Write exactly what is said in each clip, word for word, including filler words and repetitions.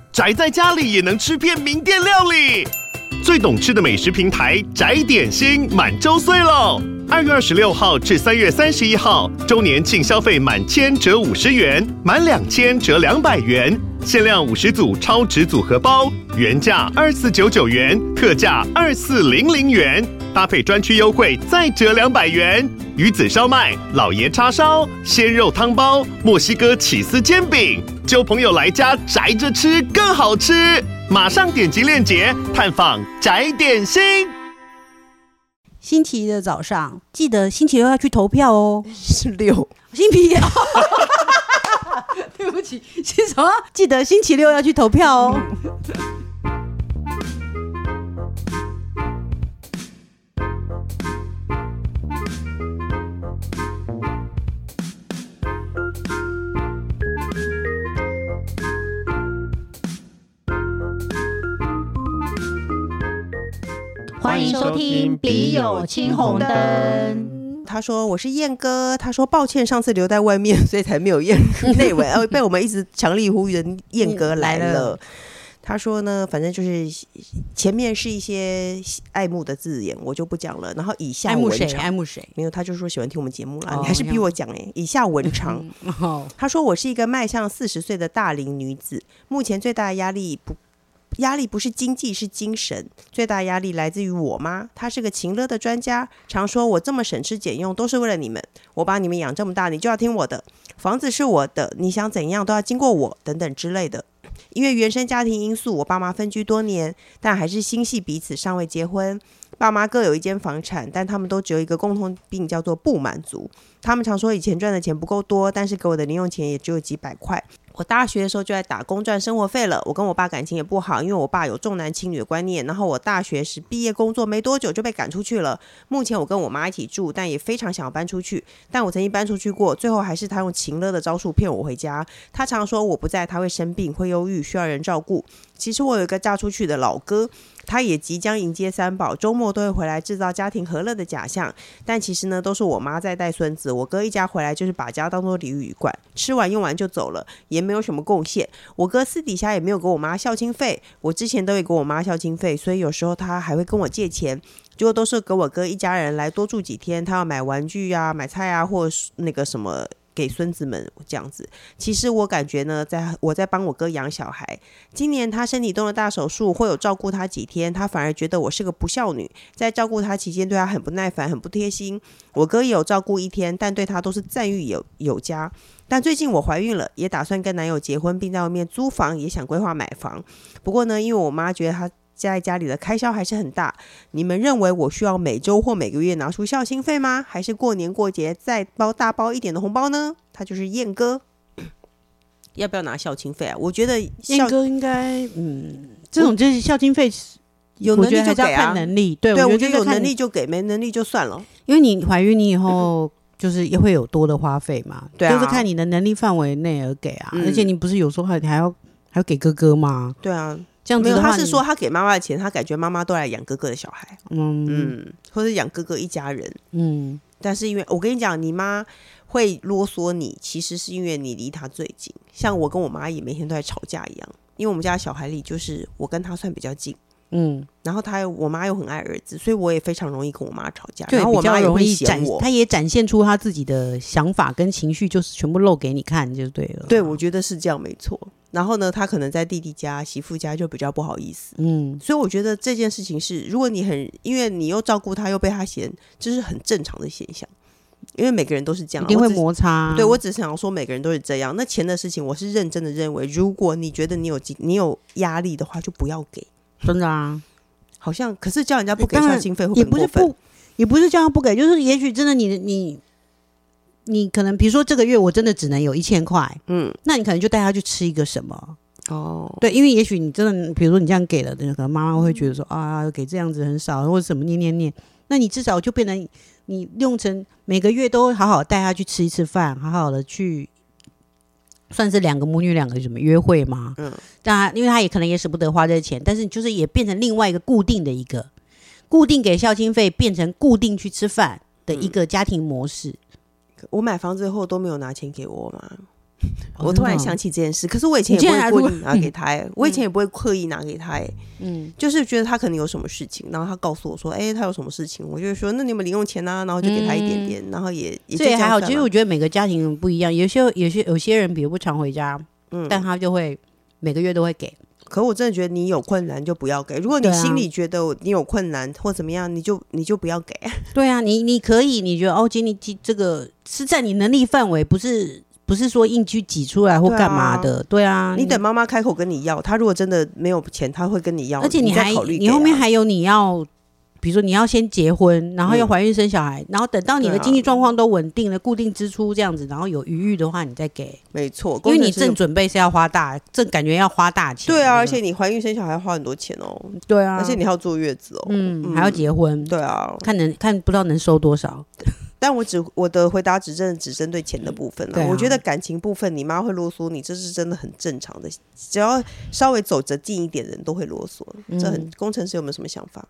宅在家里也能吃遍名店料理。最懂吃的美食平台宅点心满周岁喽！二月二十六号至三月三十一号，周年庆消费满千折五十元，满两千折两百元，限量五十组超值组合包，原价二四九九元，特价二四零零元，搭配专区优惠再折两百元。鱼子烧麦、老爷叉烧、鲜肉汤包、墨西哥起司煎饼，揪朋友来家宅着吃更好吃。马上点击链接探访宅点心。 星期一的早上，记得星期六要去投票哦。 是六， 星期一，对不起，是什么？记得星期六要去投票哦。 欢迎收听笔友青红灯。 他说我是燕哥，他说抱歉上次留在外面，所以才没有燕内文、哦、被我们一直强力呼吁的燕哥来了。来了他说呢，反正就是前面是一些爱慕的字眼，我就不讲了。然后以下文长， 爱慕谁？爱慕谁？ 没有，他就说喜欢听我们节目啦。 哦、 你还是逼我讲哎、欸。以下文长， 哦、 他说我是一个迈向四十岁的大龄女子，目前最大的压力不。压力不是经济，是精神。最大压力来自于我妈，她是个情勒的专家，常说我这么省吃俭用都是为了你们，我把你们养这么大，你就要听我的，房子是我的，你想怎样都要经过我，等等之类的。因为原生家庭因素，我爸妈分居多年，但还是心系彼此，尚未结婚。爸妈各有一间房产，但他们都只有一个共同病，叫做不满足。他们常说以前赚的钱不够多，但是给我的零用钱也只有几百块。我大学的时候就在打工赚生活费了，我跟我爸感情也不好，因为我爸有重男轻女的观念，然后我大学时毕业工作没多久就被赶出去了。目前我跟我妈一起住，但也非常想要搬出去，但我曾经搬出去过，最后还是他用情勒的招数骗我回家。他常说我不在他会生病会忧郁需要人照顾。其实我有一个嫁出去的老哥，他也即将迎接三宝，周末都会回来制造家庭和乐的假象，但其实呢都是我妈在带孙子。我哥一家回来就是把家当作礼旅馆，吃完用完就走了，也没有什么贡献。我哥私底下也没有给我妈孝亲费，我之前都会给我妈孝亲费，所以有时候他还会跟我借钱，结果都是给我哥一家人来多住几天，他要买玩具啊买菜啊或那个什么给孙子们这样子。其实我感觉呢，在我在帮我哥养小孩，今年他身体动了大手术，会有照顾他几天，他反而觉得我是个不孝女，在照顾他期间对他很不耐烦很不贴心。我哥也有照顾一天，但对他都是赞誉有有加。但最近我怀孕了，也打算跟男友结婚，并在外面租房，也想规划买房。不过呢，因为我妈觉得她在家里的开销还是很大，你们认为我需要每周或每个月拿出孝心费吗？还是过年过节再包大包一点的红包呢？他就是燕哥，要不要拿孝亲费啊？我觉得燕哥应该，嗯，这种就是孝亲费， 有能力就给啊， 看能力。对， 对， 我觉得有能力就给，没能力就算了。 因为你怀孕，你以后就是也会有多的花费嘛， 对啊， 就是看你的能力范围内而给啊。嗯、而且你不是有时候还还要还要给哥哥吗？ 对啊。 这样子的话， 没有，他是说他给妈妈的钱，他感觉妈妈都来养哥哥的小孩，嗯嗯，或者养哥哥一家人，嗯。但是因为我跟你讲，你妈会啰嗦你，其实是因为你离她最近。像我跟我妈也每天都在吵架一样，因为我们家的小孩里就是我跟她算比较近，嗯。然后她我妈又很爱儿子，所以我也非常容易跟我妈吵架。然后我妈也会嫌我， 她也展现出她自己的想法跟情绪，就是全部露给你看就对了。 对，我觉得是这样，没错。然后呢，他可能在弟弟家、媳妇家就比较不好意思，嗯，所以我觉得这件事情是，如果你很，因为你又照顾他，又被他嫌，这是很正常的现象，因为每个人都是这样， 一定会摩擦。 我对我只是想说，每个人都是这样。那钱的事情，我是认真的认为，如果你觉得你有你有压力的话，就不要给， 真的啊。 好像可是叫人家不给孝心费会不会很过分？ 也不是不，也不是叫他不给，就是也许真的你你。你可能比如说这个月我真的只能有一千块，嗯，那你可能就带他去吃一个什么哦，对，因为也许你真的比如说你这样给了，可能妈妈会觉得说、嗯、啊给这样子很少或者什么念念念，那你至少就变成你用成每个月都好好带他去吃一次饭，好好的去算是两个母女两个什么约会嘛，嗯，当然因为他也可能也舍不得花这些钱，但是就是也变成另外一个固定的一个固定给孝亲费，变成固定去吃饭的一个家庭模式。 我买房子后都没有拿钱给我妈， 我突然想起这件事，可是我以前也不会故意拿给他、欸，我以前也不会刻意拿给他、欸，嗯，就是觉得他可能有什么事情，然后他告诉我说，哎、欸，他有什么事情，我就说那你有没有零用钱啊？然后就给他一点点，嗯、然后也也这也还好。其实我觉得每个家庭不一样，有些有些有些人比如不常回家，嗯，但他就会每个月都会给。 可我真的觉得你有困难就不要给，如果你心里觉得你有困难或怎么样，你就你就不要给。 对啊，你你可以，你觉得哦，今天这个是在你能力范围，不是不是说硬去挤出来或干嘛的。对啊，对啊， 你等妈妈开口跟你要，她如果真的没有钱，她会跟你要， 而且你还你, 考虑、啊、 你后面还有你要。比如说你要先结婚，然后要怀孕生小孩、嗯、然后等到你的经济状况都稳定了、啊、固定支出这样子，然后有余裕的话你再给。 没错， 因为你正准备是要花大，正感觉要花大钱。 对啊，而且你怀孕生小孩花很多钱哦。 对啊， 而且你还要坐月子哦， 嗯，嗯还要结婚。 对啊， 看能看不知道能收多少。 但我只我的回答只针只针对钱的部分了、嗯啊。我觉得感情部分，你妈会啰嗦你，这是真的很正常的。只要稍微走着近一点的人都会啰嗦。这很、嗯、工程师有没有什么想法？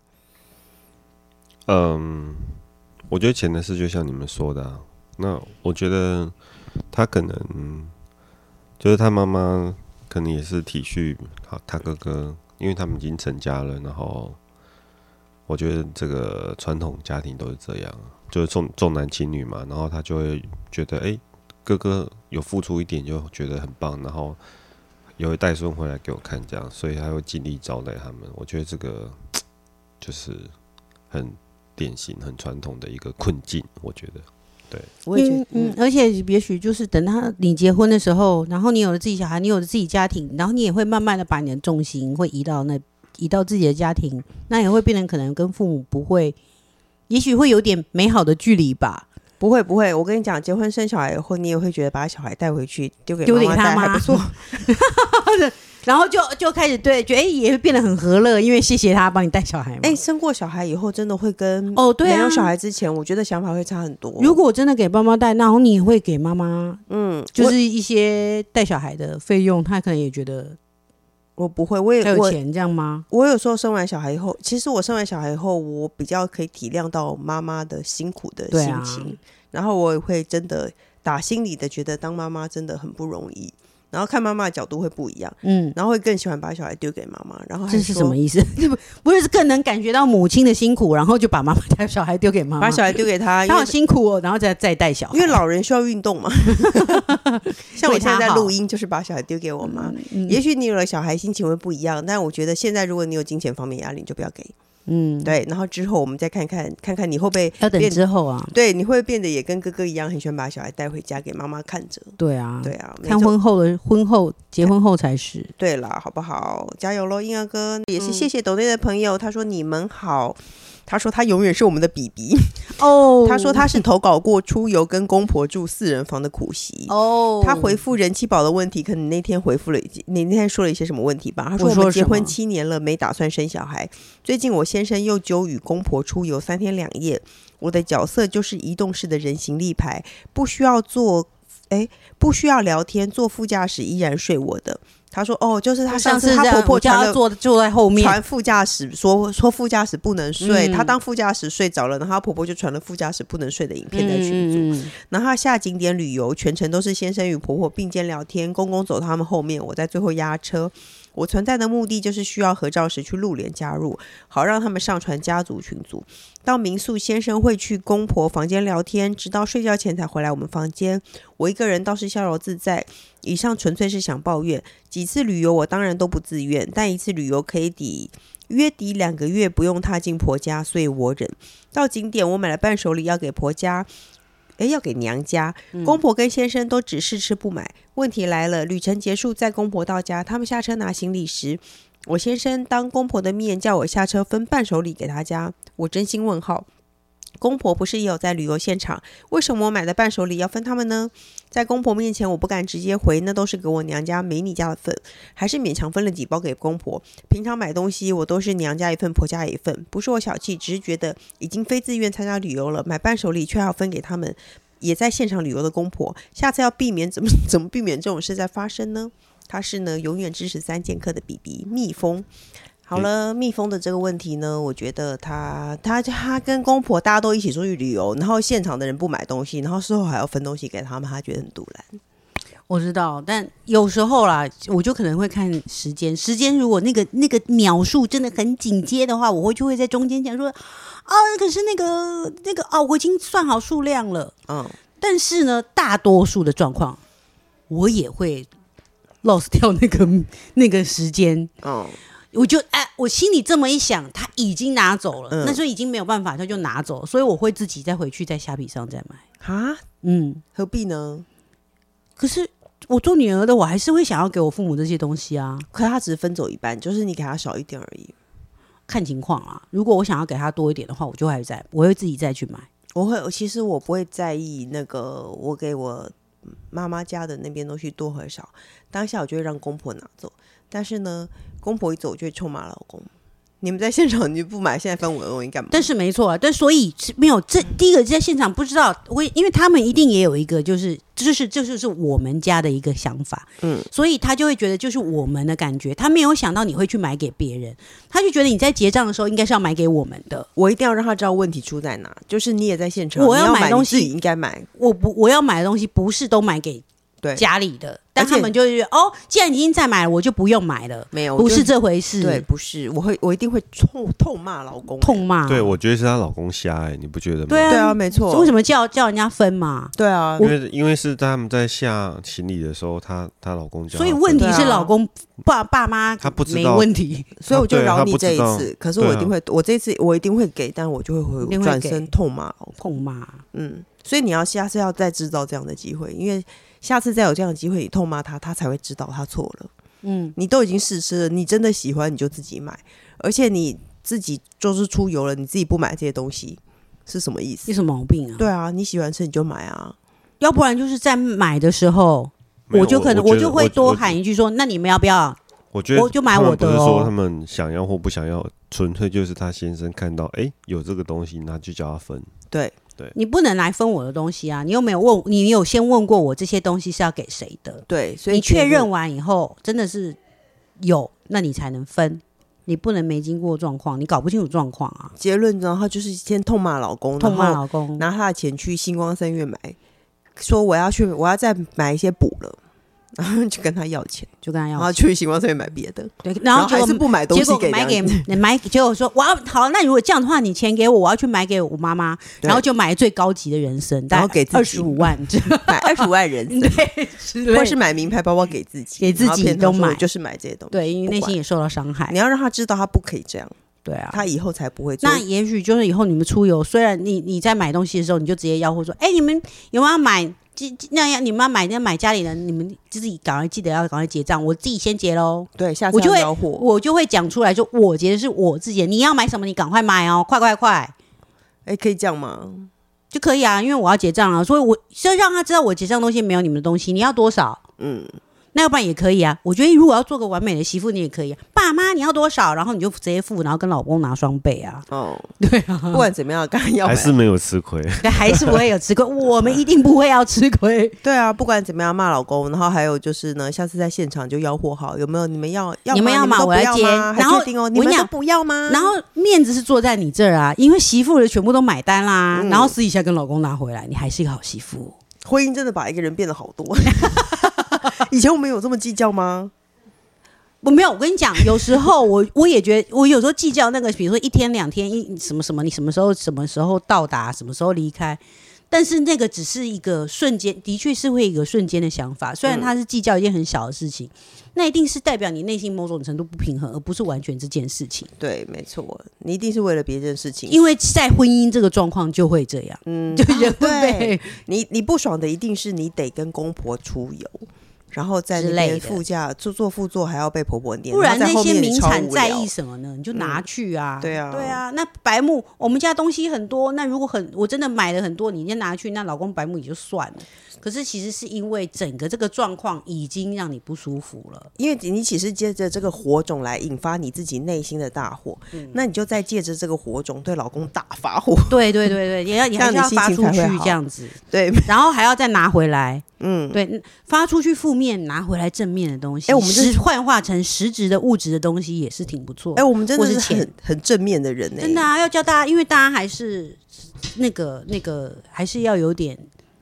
嗯，我觉得钱的事就像你们说的、啊，那我觉得他可能就是他妈妈可能也是体恤他哥哥，因为他们已经成家了，然后我觉得这个传统家庭都是这样，就是重重男轻女嘛，然后他就会觉得，哎、欸，哥哥有付出一点就觉得很棒，然后也会带孙回来给我看，这样，所以他会尽力招待他们。我觉得这个就是很典型、很传统的一个困境，我觉得。对， 我也觉得，嗯，而且也许就是等他你结婚的时候，然后你有了自己小孩，你有了自己家庭，然后你也会慢慢的把你的重心会移到那，移到自己的家庭，那也会变成可能跟父母不会，也许会有点美好的距离吧。 不会不会，我跟你讲，结婚生小孩以后，你也会觉得把小孩带回去丢给妈妈带还不错。 然后就就开始对，觉得哎、欸、也会变得很和乐，因为谢谢他帮你带小孩嘛。 哎、欸，生过小孩以后，真的会跟哦对、啊、 没有小孩之前，我觉得想法会差很多。 如果我真的给妈妈带，然后你也会给妈妈，嗯，就是一些带小孩的费用，他可能也觉得我不会，我也有钱这样吗？ 我有时候生完小孩以后，其实我生完小孩以后，我比较可以体谅到妈妈的辛苦的心情，啊、然后我也会真的打心里的觉得当妈妈真的很不容易。然后看妈妈的角度会不一样，嗯，然后会更喜欢把小孩丢给妈妈。然后还这是什么意思？不是更能感觉到母亲的辛苦，然后就把妈妈带小孩丢给妈妈， 把小孩丢给他， 他好辛苦哦，然后再再带小孩， 因为老人需要运动嘛。像我现在在录音，就是把小孩丢给我妈。嗯、也许你有了小孩，心情会不一样，但我觉得现在如果你有金钱方面压力，你就不要给。嗯，对，然后之后我们再看看看看你会不会要等之后啊？ 对，你会变得也跟哥哥一样，很喜欢把小孩带回家给妈妈看着。 对啊， 对啊， 看婚后的婚后结婚后才是。 对啦，好不好？加油咯，婴儿哥！也是谢谢抖内的朋友，他说你们好。他说他永远是我们的比比哦。他说他是投稿过出游跟公婆住四人房的苦习哦。他回复人气宝的问题，可能那天回复了，你那天说了一些什么问题吧？他说我们结婚七年了，没打算生小孩。最近我先生又揪与公婆出游三天两夜，我的角色就是移动式的人形立牌，不需要做，哎，不需要聊天，坐副驾驶依然睡我的。他说：“哦，就是他上次他婆婆叫他坐坐在后面， 传副驾驶说说副驾驶不能睡，嗯、他当副驾驶睡着了，然后他婆婆就传了副驾驶不能睡的影片在群组。嗯嗯、然后他下景点旅游，全程都是先生与婆婆并肩聊天，公公走他们后面，我在最后压车。我存在的目的就是需要合照时去露脸加入，好让他们上传家族群组。到民宿，先生会去公婆房间聊天，直到睡觉前才回来我们房间。我一个人倒是逍遥自在。以上纯粹是想抱怨。几次旅游我当然都不自愿，但一次旅游可以抵约抵两个月不用踏进婆家，所以我忍。到景点我买了伴手礼要给婆家。诶，要给娘家，公婆跟先生都只是吃不买。问题来了，旅程结束，载公婆到家，他们下车拿行李时，我先生当公婆的面叫我下车分伴手礼给他家，我真心问号。公婆不是也有在旅游现场，为什么我买的伴手礼要分他们呢？在公婆面前我不敢直接回，那都是给我娘家没你家的份，还是勉强分了几包给公婆。平常买东西我都是娘家一份婆家一份，不是我小气，只是觉得已经非自愿参加旅游了，买伴手礼却要分给他们也在现场旅游的公婆，下次要避免怎么怎么避免这种事在发生呢？他是呢永远支持三剑客的比比蜜蜂。好了，蜜蜂的这个问题呢，我觉得他他他跟公婆大家都一起出去旅游，然后现场的人不买东西，然后事后还要分东西给他们，他觉得很突然。 我知道，但有时候啦，我就可能会看时间。时间如果那个那个秒数真的很紧接的话，我会就会在中间讲说，啊，可是那个那个哦，我已经算好数量了。嗯，但是呢，大多数的状况，我也会 lost 掉那个那个时间。嗯，我就哎，我心里这么一想，他已经拿走了，嗯、那时候已经没有办法，他就拿走，所以我会自己再回去在虾皮上再买。 啊，嗯，何必呢？ 可是。我做女儿的，我还是会想要给我父母这些东西啊。 可是他只是分走一半，就是你给他少一点而已， 看情况啊。如果我想要给他多一点的话，我就会再，我会自己再去买。 我会，其实我不会在意那个我给我妈妈家的那边东西多和少，当下我就会让公婆拿走。但是呢，公婆一走，我就会臭骂老公。你们在现场你不买，现在分我的东西干嘛？ 但是没错啊，但所以没有这第一个在现场不知道，我因为他们一定也有一个就是就是这就是我们家的一个想法，嗯，所以他就会觉得就是我们的感觉，他没有想到你会去买给别人，他就觉得你在结账的时候应该是要买给我们的。 我一定要让他知道问题出在哪，就是你也在现场， 我要买东西你自己应该买， 我不我要买的东西不是都买给家里的。但他们就会觉得哦，既然已经在买了，我就不用买了。 没有， 不是这回事。 对，不是，我会，我一定会痛痛骂老公， 痛骂。 对，我觉得是她老公瞎哎、欸，你不觉得吗？ 对啊， 对啊，没错。 为什么叫叫人家分嘛？ 对啊， 因为因为是他们在下行李的时候，她她老公叫她分， 所以问题是老公爸爸妈他不知道没问题， 所以我就饶你这一次。可是我一定会，啊、我这次我一定会给，但我就会回转身痛骂老公， 痛骂。 嗯，所以你要下次要再制造这样的机会，因为。下次再有这样的机会，你痛骂他，他才会知道他错了。嗯，你都已经试吃了，你真的喜欢你就自己买，而且你自己就是出游了，你自己不买这些东西是什么意思？ 有什么毛病啊？ 对啊，你喜欢吃你就买啊， 要不然就是在买的时候，我就可能 我, 我就会多喊一句说：“那你们要不要？” 我觉得我就买我的哦。 不是说他们想要或不想要，纯粹就是他先生看到哎、欸、有这个东西，那就叫他分。 对。 你不能来分我的东西啊！你又没有问，你有先问过我这些东西是要给谁的？ 对，所以你确认完以后，真的是有，那你才能分。你不能没经过状况，你搞不清楚状况啊！ 结论然后就是先痛骂老公， 痛骂老公， 拿他的钱去星光三月买，说我要去，我要再买一些补了。然后就跟他要钱， 就跟他要钱， 然后去星光三月买别的， 对，然后还是不买东西给买给你买，结果说我要好，那如果这样的话，你钱给我，我要去买给我妈妈，然后就买最高级的人参， 然后给二十五万， 买二十五万人参，对，或是买名牌包包给自己， 给自己都买， 就是买这些东西， 对，因为内心也受到伤害。 你要让他知道他不可以这样， 对啊， 他以后才不会做。 那也许就是以后你们出游，虽然你你在买东西的时候，你就直接吆喝说，哎、欸，你们有没有买？那样你们要买那买家里人，你们自己赶快记得要赶快结账，我自己先结喽。 对，下次要吆喝， 我就会讲出来，说我结的是我自己的，你要买什么你赶快买哦，快快快！ 哎、欸，可以这样吗？ 就可以啊，因为我要结账啊，所以我就让他知道我结账的东西没有你们的东西，你要多少？嗯。那要不然也可以啊，我觉得如果要做个完美的媳妇，你也可以啊。爸妈你要多少，然后你就直接付，然后跟老公拿双倍啊。哦，对啊， 不管怎么样，刚刚要还是没有吃亏， 对，还是不会有吃亏，我们一定不会要吃亏。 对啊，不管怎么样骂老公，然后还有就是呢，下次在现场就吆喝好，有没有你们要要你们要吗？我要接，然后定哦，你们都不要吗？ 然后面子是坐在你这儿啊，因为媳妇的全部都买单啦，嗯、然后私底下跟老公拿回来，你还是一个好媳妇。 婚姻真的把一个人变得好多。以前我们有这么计较吗？ 我没有，我跟你讲，有时候我我也觉得，我有时候计较那个，比如说一天两天一什么什么，你什么时候什么时候到达，什么时候离开，但是那个只是一个瞬间，的确是会一个瞬间的想法。虽然他是计较一件很小的事情，嗯、那一定是代表你内心某种程度不平衡，而不是完全这件事情。 对，没错，你一定是为了别件事情， 因为在婚姻这个状况就会这样，嗯，就人会被、 啊、你你不爽的一定是你得跟公婆出游。然后在那边副驾坐坐副座还要被婆婆念， 不然那些名产在意什么呢？你就拿去啊！ 嗯、对啊， 对啊。那白木，我们家东西很多，那如果很我真的买了很多，你先拿去，那老公白木也就算了。可是其实是因为整个这个状况已经让你不舒服了， 因为你其实借着这个火种来引发你自己内心的大火，嗯、那你就再借着这个火种对老公大发火。 对对对对，也要你还是要发出去这样子， 对， 然后还要再拿回来。嗯，对，发出去负面，拿回来正面的东西，哎、欸，我们实幻化成实质的物质的东西也是挺不错。 哎、欸，我们真的是很很正面的人哎、欸， 真的啊，要教大家，因为大家还是那个那个，还是要有点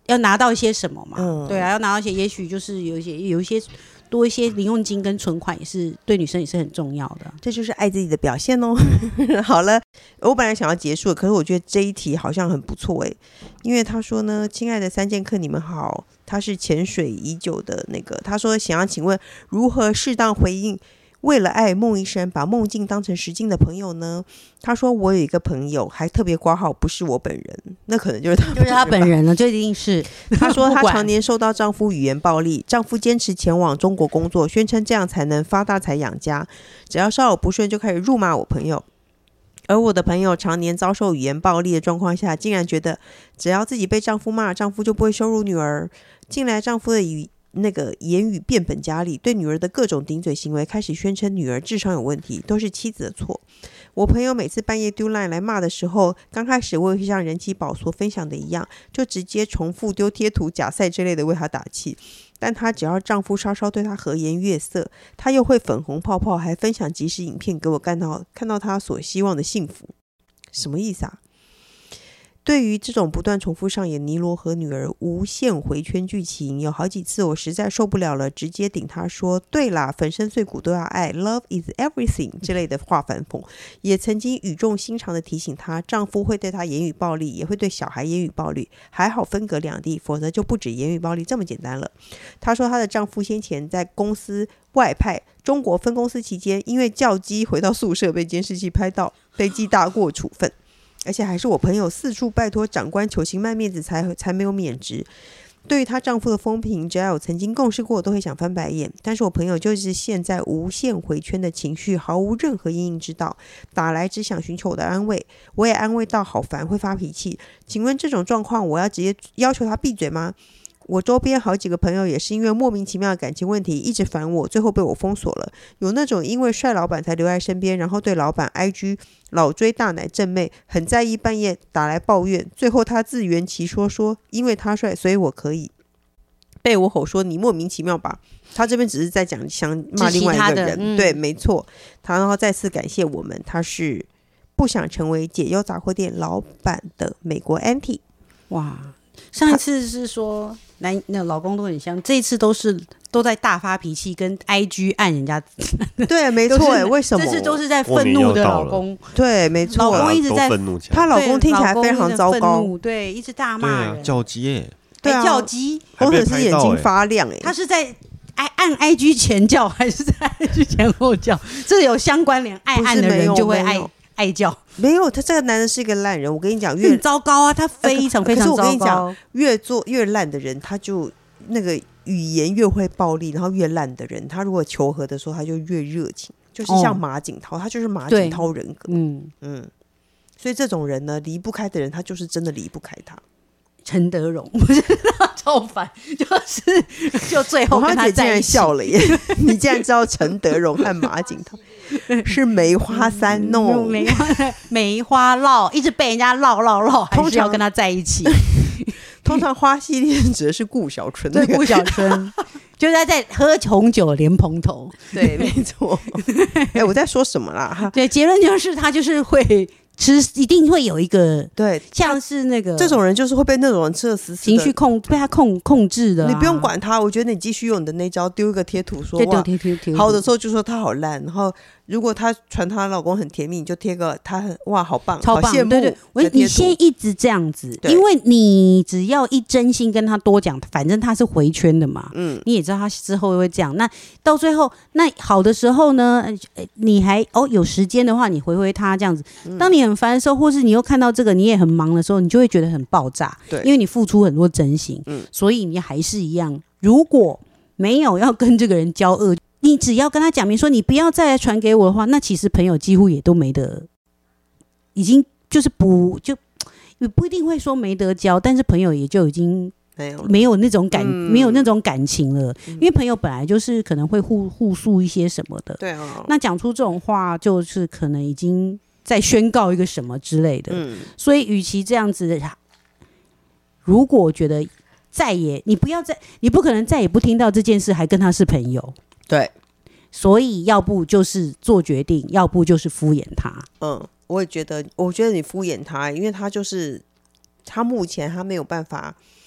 要拿到一些什么嘛？ 嗯， 对啊，要拿到一些，也许就是有一些有一些多一些零用金跟存款，也是对女生也是很重要的。 这就是爱自己的表现哦。好了，我本来想要结束，可是我觉得这一题好像很不错哎，因为他说呢，亲爱的三剑客，你们好，他是潜水已久的那个，他说想要请问如何适当回应为了爱梦一生把梦境当成实境的朋友呢？他说我有一个朋友还特别挂号不是我本人，那可能就是他就是他本人了，就一定是。 他说她常年受到丈夫语言暴力，丈夫坚持前往中国工作，宣称这样才能发大财养家，只要稍有不顺就开始辱骂我朋友。而我的朋友常年遭受语言暴力的状况下，竟然觉得只要自己被丈夫骂，丈夫就不会羞辱女儿。近来丈夫的语那个言语变本加厉，对女儿的各种顶嘴行为开始宣称女儿智商有问题，都是妻子的错。我朋友每次半夜丢 line 来骂的时候，刚开始我也会像人气宝所分享的一样，就直接重复丢贴图假赛之类的为她打气。但她只要丈夫稍稍对她和颜悦色，她又会粉红泡泡，还分享即时影片给我看到看到她所希望的幸福。什么意思啊？对于这种不断重复上演尼罗和女儿无限回圈剧情，有好几次我实在受不了了，直接顶他说对啦，粉身碎骨都要爱， Love is everything 之类的话反讽。也曾经语重心长的提醒她，丈夫会对她言语暴力，也会对小孩言语暴力，还好分隔两地，否则就不止言语暴力这么简单了。她说她的丈夫先前在公司外派中国分公司期间，因为叫鸡回到宿舍被监视器拍到，被记大过处分，而且还是我朋友四处拜托长官求情卖面子才才没有免职。对于她丈夫的风评，只要有曾经共事过都会想翻白眼，但是我朋友就是陷在无限回圈的情绪，毫无任何因应之道，打来只想寻求我的安慰，我也安慰到好烦，会发脾气。请问这种状况我要直接要求他闭嘴吗？我周边好几个朋友也是因为莫名其妙的感情问题一直烦我，最后被我封锁了。有那种因为帅老板才留在身边，然后对老板 I G 老追大奶正妹，很在意，半夜打来抱怨，最后他自圆其说说因为他帅所以我可以，被我吼说你莫名其妙吧。他这边只是在讲想骂另外一个人、嗯、对没错。他然后再次感谢我们，他是不想成为解忧杂货店老板的美国 Auntie。 哇，上一次是说男那老公都很像，这一次都是都在大发脾气，跟 I G 按人家。 对，没错、欸，为什么？ 这次都是在愤怒的老公。 对，没错， 老公一直在愤怒起来， 她老公听起来非常糟糕， 对，一直大骂人， 叫鸡耶， 对啊， 叫鸡， 或者是眼睛发亮、欸， 他是在按 I G 前叫还是在 I G 前后叫？这有相关联，爱按的人就会爱。爱叫。 没有，他这个男人是一个烂人。我跟你讲，越很糟糕啊，他非常非常糟糕。可是我跟你讲， 越做越烂的人，他就那个语言越会暴力，然后越烂的人，他如果求和的时候，他就越热情，就是像马景涛，哦、他就是马景涛人格。嗯嗯，所以这种人呢，离不开的人，他就是真的离不开他。 陈德容，我觉得超烦，就是就最后跟他在一起， 竟然笑了耶！你竟然知道陈德容和马景涛是梅花三弄、 嗯、梅花梅花烙，一直被人家烙烙烙，还是要跟他在一起。 通常花系列指的是顾小春、 那個，对，顾小春就是他在喝红酒莲蓬头， 对，没错。哎、欸，我在说什么啦？ 对，结论就是他就是会。吃一定会有一个对， 像是那个这种人就是会被那种人吃的死死的， 情绪控被他控控制的、啊。 你不用管他，我觉得你继续用你的那招，丢一个贴图说哇，好的时候就说他好烂，然后如果他传她老公很甜蜜，你就贴个他很哇好棒， 超棒， 好羡慕。 对对，我你先一直这样子，因为你只要一真心跟他多讲，反正他是回圈的嘛，嗯，你也知道他之后会这样。那到最后，那好的时候呢，你还哦有时间的话，你回回他这样子。当你很烦的时候，或是你又看到这个，你也很忙的时候，你就会觉得很爆炸，对，因为你付出很多真心，嗯，所以你还是一样。如果没有要跟这个人交恶，你只要跟他讲明说你不要再来传给我的话，那其实朋友几乎也都没得，已经就是不就也不一定会说没得交，但是朋友也就已经没有没有那种感、嗯、没有那种感情了、嗯，因为朋友本来就是可能会互互诉一些什么的，对哦，那讲出这种话就是可能已经在宣告一个什么之类的，嗯，所以与其这样子，如果觉得再也你不要再你不可能再也不听到这件事还跟他是朋友，对，所以要不就是做决定，要不就是敷衍他。 嗯，我也觉得我觉得你敷衍他，因为他就是他目前他没有办法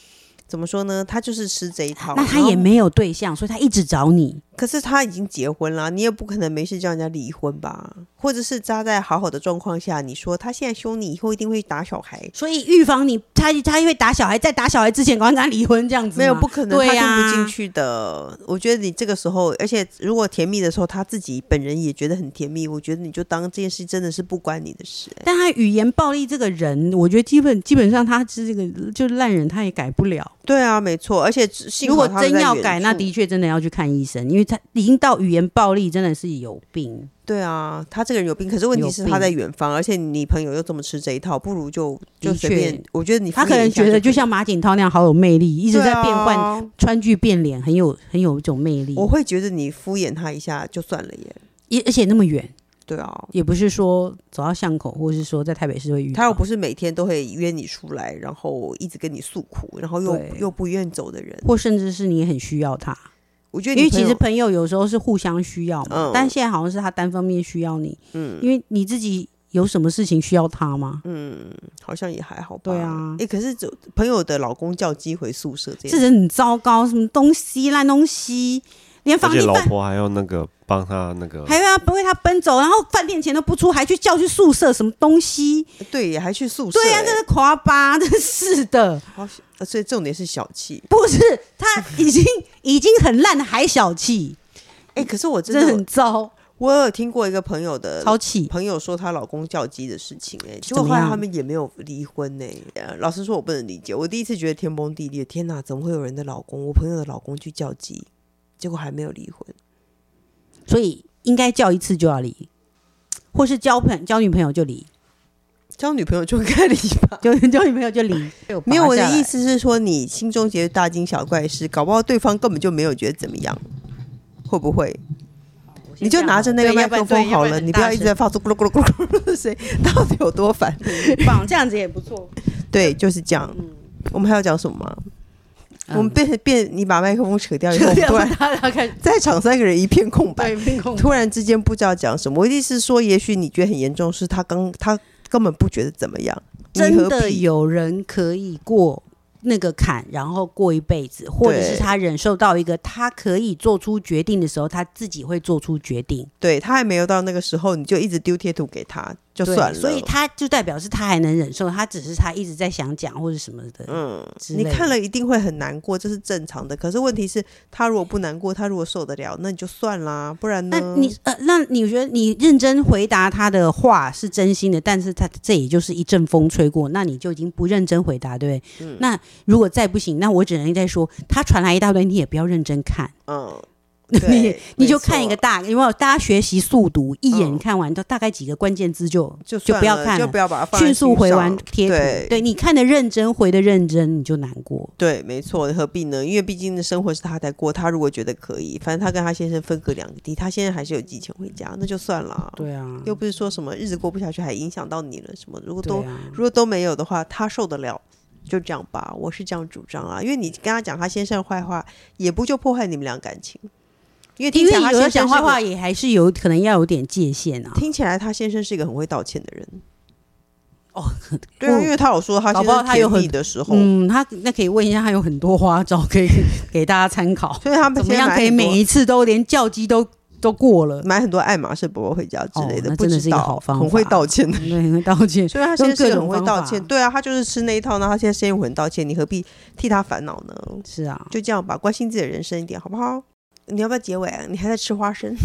怎么说呢？他就是吃这一套。 那他也没有对象，所以他一直找你。 可是他已经结婚了，你也不可能没事叫人家离婚吧？或者是扎在好好的状况下，你说他现在凶你，以后一定会打小孩， 所以预防你他他会打小孩，在打小孩之前赶快跟他离婚这样子吗？ 没有不可能， 对啊、 他听不进去的。我觉得你这个时候，而且如果甜蜜的时候，他自己本人也觉得很甜蜜，我觉得你就当这件事真的是不关你的事、欸。 但他语言暴力这个人，我觉得基本基本上他是这个就烂人，他也改不了。 对啊，没错，而且如果真要改，那的确真的要去看医生，因为他已经到语言暴力，真的是有病。 对啊，他这个人有病，可是问题是他在远方，而且你朋友又这么吃这一套，不如就就随便。我觉得你他可能觉得就像马景涛那样好有魅力，一直在变换、啊、川剧变脸，很有很有一种魅力。 我会觉得你敷衍他一下就算了耶， 也而且那么远。 对啊， 也不是说走到巷口，或是说在台北市会遇到。 他又不是每天都会约你出来，然后一直跟你诉苦，然后又又不愿走的人， 或甚至是你也很需要他。 我觉得你因为其实朋友有时候是互相需要嘛， 嗯、 但现在好像是他单方面需要你。嗯，因为你自己有什么事情需要他吗？ 嗯，好像也还好吧。 对啊， 哎、欸，可是朋友的老公叫鸡回宿舍， 这人很糟糕，什么东西烂东西。连房地而且老婆还要那个帮他那个， 还要为他奔走，然后饭店钱都不出，还去叫去宿舍，什么东西？ 对，也还去宿舍、欸。 对呀、啊，这是夸巴，真是的。 所以重点是小气， 不是他已经已经很烂，还小气。 哎、欸，可是我真的很糟。 我有听过一个朋友的超气朋友说她老公叫鸡的事情、欸，哎，结果后来他们也没有离婚呢、欸。老实说，我不能理解。我第一次觉得天崩地裂，天哪，怎么会有人的老公，我朋友的老公去叫鸡？结果还没有离婚， 所以应该叫一次就要离，或是交朋交女朋友就离， 交女朋友就该离吧， 就交女朋友就离。 没有，我的意思是说，你心中觉得大惊小怪的事，搞不好对方根本就没有觉得怎么样，会不会？你就拿着那个麦克风好了，你不要一直在发出咕噜咕噜咕噜咕噜的声音，到底有多烦？ 棒，这样子也不错。 对，就是这样。嗯、我们还要讲什么吗？嗯、我们变变，你把麦克风扯掉以后，突然在场三个人一片空白，突然之间不知道讲什么。我的意思是说，也许你觉得很严重，是他刚他根本不觉得怎么样。 真的有人可以过那个坎，然后过一辈子，或者是他忍受到一个他可以做出决定的时候，他自己会做出决定。 对，他还没有到那个时候，你就一直丢贴图给他就算了， 所以他就代表是他还能忍受，他只是他一直在想讲或者什么的。嗯， 你看了一定会很难过，这是正常的。可是问题是，他如果不难过，他如果受得了，那你就算啦，不然呢？ 那你呃，那你觉得你认真回答他的话是真心的，但是他这也就是一阵风吹过，那你就已经不认真回答，对不对？嗯、那如果再不行，那我只能再说，他传来一大堆，你也不要认真看。嗯。你你就看一个大，有没有？大家学习速读，一眼看完都大概几个关键字就就就不要看了， 就不要把它放迅速回完贴图。 对， 对你看的认真，回的认真，你就难过。 对，没错，何必呢？因为毕竟的生活是他在过，他如果觉得可以，反正他跟他先生分隔两地，他先生还是有寄钱回家，那就算了。 对啊， 又不是说什么日子过不下去，还影响到你了什么。如果都、啊、如果都没有的话，他受得了。就这样吧，我是这样主张啊，因为你跟他讲他先生坏话，也不就破坏你们俩感情。因为听起来他先生有的讲坏话也还是有可能要有点界限啊。 听起来他先生是一个很会道歉的人。哦，对啊，因为他有说他先生甜蜜的时候， 嗯，他那可以问一下，他有很多花招可以给大家参考。 所以他们怎么样可以每一次都连叫鸡都都过了， 买很多爱马仕包包回家之类的， 哦、那真的是一个好方法， 很会道歉的， 对，很会道歉。 所以他先生很会道歉，对啊，他就是吃那一套，那他现在先很道歉，你何必替他烦恼呢？ 是啊， 就这样吧，关心自己的人生一点，好不好？你要不要结尾啊？你还在吃花生？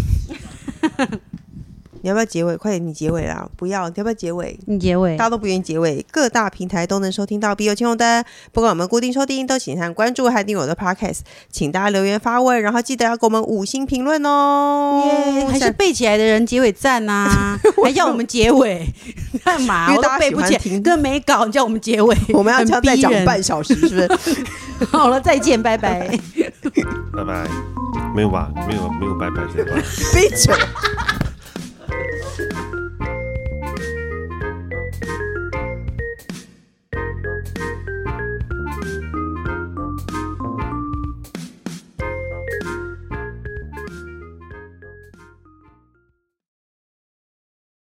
你要不要结尾？快点，你结尾啦！不要，你要不要结尾？ 你结尾， 大家都不愿意结尾。各大平台都能收听到《笔友青红灯》，不管我们固定收听，都请按关注还订阅我的 Podcast， 请大家留言发问，然后记得要给我们五星评论哦。 耶、yeah, 还是背起来的人结尾赞啊，还要我们结尾干嘛？我都背不起来，跟没稿，你叫我们结尾， 我们要这样再讲半小时，是不是？ 好了，再见，拜拜， 拜拜。没有吧？没有，没有拜拜，这个。 闭嘴。